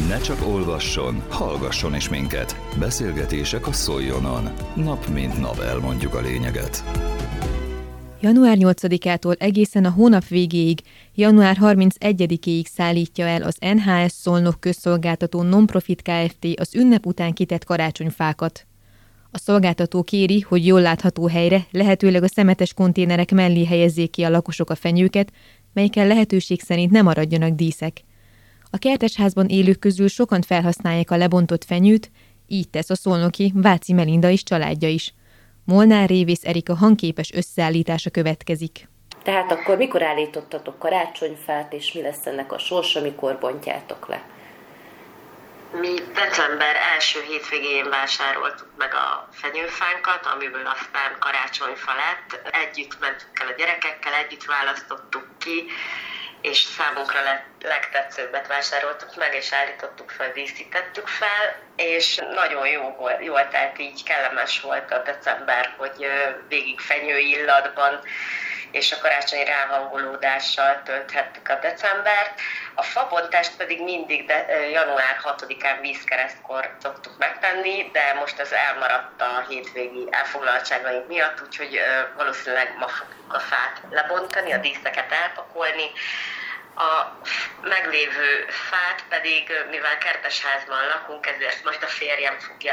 Ne csak olvasson, hallgasson is minket. Beszélgetések a Szoljonon. Nap mint nap elmondjuk a lényeget. Január 8-ától egészen a hónap végéig, január 31-éig szállítja el az NHS Szolnok közszolgáltató Nonprofit Kft. Az ünnep után kitett karácsonyfákat. A szolgáltató kéri, hogy jól látható helyre, lehetőleg a szemetes konténerek mellé helyezzék ki a lakosok a fenyőket, melyeken lehetőség szerint ne maradjanak díszek. A kertesházban élők közül sokan felhasználják a lebontott fenyőt, így tesz a szolnoki Váci Melinda és családja is. Molnár Révész Erika hangképes összeállítása következik. Tehát akkor mikor állítottatok karácsonyfát, és mi lesz ennek a sorsa, mikor bontjátok le? Mi december első hétvégén vásároltuk meg a fenyőfánkat, amiből aztán karácsonyfa lett. Együtt mentünk el a gyerekekkel, együtt választottuk ki, és számunkra legtetszőbbet vásároltuk meg, és állítottuk fel, díszítettük fel, és nagyon jó volt, tehát így kellemes volt a december, hogy végig fenyőillatban és a karácsonyi ráhangolódással tölthettük a decembert. A fabontást pedig mindig január 6-án vízkeresztkor szoktuk megtenni, de most ez elmaradt a hétvégi elfoglaltságaink miatt, úgyhogy valószínűleg ma fogjuk a fát lebontani, a díszeket elpakolni. A meglévő fát pedig, mivel kertesházban lakunk, ezért majd a férjem fogja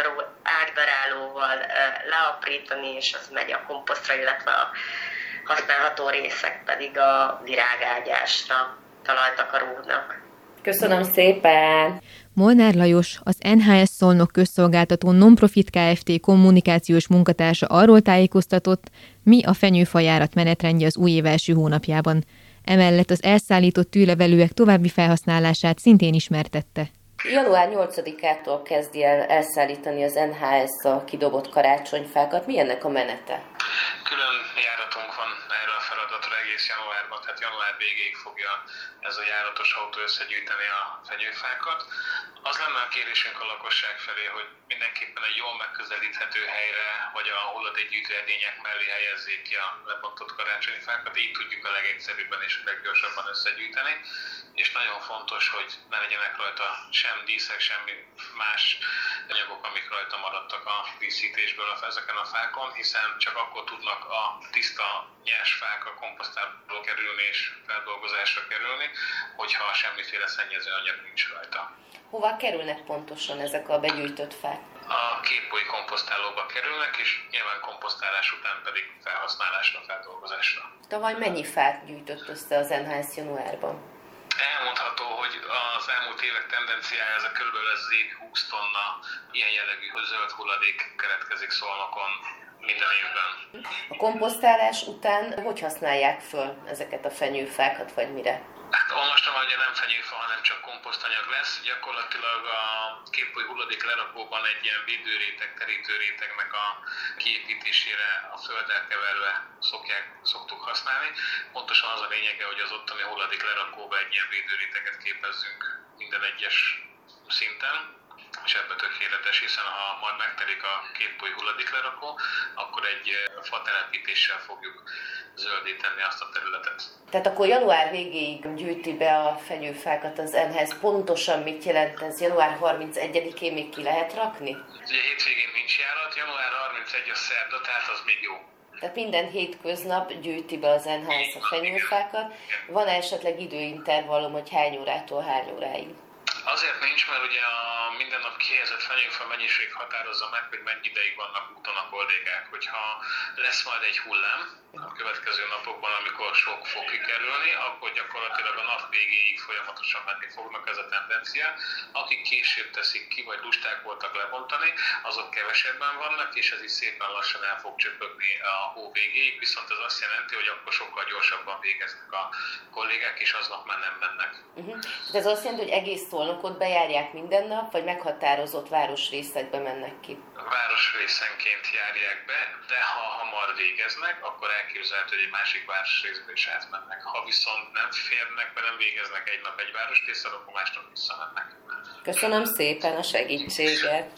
ágdarálóval leaprítani, és az megy a komposztra, illetve a használható részek pedig a virágágyásra, talajtakarónak. Köszönöm szépen! Molnár Lajos, az NHS Szolnok közszolgáltató Nonprofit Kft. Kommunikációs munkatársa arról tájékoztatott, mi a fenyőfa járat menetrendje az új év első hónapjában. Emellett az elszállított tűlevelőek további felhasználását szintén ismertette. Január 8-ától kezdi el elszállítani az NHS a kidobott karácsonyfákat. Mi ennek a menete? Külön járatunk van erre a feladatra egész januárban, tehát január végéig fogja ez a járatos autó összegyűjteni a fenyőfákat. Az lenne a kérésünk a lakosság felé, hogy mindenképpen egy jól megközelíthető helyre, vagy a hulladékgyűjtő edények mellé helyezzék ki a lebontott karácsonyfákat, így tudjuk a legegyszerűbben és leggyorsabban összegyűjteni. És nagyon fontos, hogy ne legyenek rajta sem díszek, semmi más anyagok, amik rajta maradtak a díszítésből ezeken a fákon, hiszen csak akkor tudnak a tiszta nyers fák a komposztálóba kerülni és feldolgozásra kerülni, hogyha semmiféle szennyező anyag nincs rajta. Hova kerülnek pontosan ezek a begyűjtött fák? A kétpolyi komposztálóba kerülnek, és nyilván komposztálás után pedig felhasználásra, feldolgozásra. Tavaly mennyi fát gyűjtött össze az NHS januárban? Elmondható, hogy az elmúlt évek tendenciája ez a körülbelül ez évi 20 tonna ilyen jellegű zöld hulladék keletkezik Szolnokon minden évben. A komposztálás után hogy használják föl ezeket a fenyőfákat, vagy mire? Hát olvastam, hogy nem fenyőfa, hanem csak komposztanyag lesz. Gyakorlatilag a kétpolyi hulladék lerakóban egy ilyen védőréteg, terítőrétegnek a kiépítésére a földdel keverve szoktuk használni. Pontosan az a lényege, hogy az ottani hulladék lerakóba egy ilyen védőréteget képezzünk minden egyes szinten, és ebben tökéletes, hiszen ha majd megtelik a kétpolyi hulladéklerakó, akkor egy fatelepítéssel fogjuk zöldé tenni azt a területet. Tehát akkor január végéig gyűjti be a fenyőfákat az NHS. Pontosan mit jelent ez? Január 31-én még ki lehet rakni? Ugye hétvégén nincs járat, január 31 a szerda, tehát az még jó. Tehát minden hétköznap gyűjti be az NHS a fenyőfákat. Van esetleg időintervallum, hogy hány órától hány óráig? Azért nincs, mert ugye a minden nap kihelyezett fenyőfa mennyiség határozza meg, hogy mennyi ideig vannak úton a kollégák. Hogyha lesz majd egy hullám a következő napokban, amikor sok fog kikerülni, akkor gyakorlatilag a nap végéig folyamatosan menni fognak, ez a tendencia. Akik később teszik ki, vagy lusták voltak lebontani, azok kevesebben vannak, és ez is szépen lassan el fog csöpögni a hó végéig, viszont ez azt jelenti, hogy akkor sokkal gyorsabban végeznek a kollégák, és aznap már nem mennek. De ez azt jelenti, hogy egész Szolnokot bejárják minden nap, vagy meghatározott városrészekbe mennek ki? Városrészenként járják be, de ha hamar végeznek, akkor elképzelhető, hogy egy másik városrészbe is átmennek. Ha viszont nem férnek, mert nem végeznek egy nap egy városrészen, akkor másnap visszamennek. Köszönöm szépen a segítséget!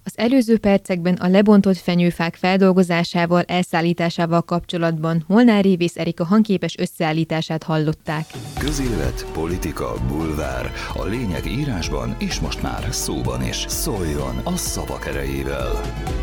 Az előző percekben a lebontott fenyőfák feldolgozásával, elszállításával kapcsolatban Molnár Révész Erika hangképes összeállítását hallották. Közélet, politika, bulvár. A lényeg írásban és most már szóban is. Szóljon a szavak erejével!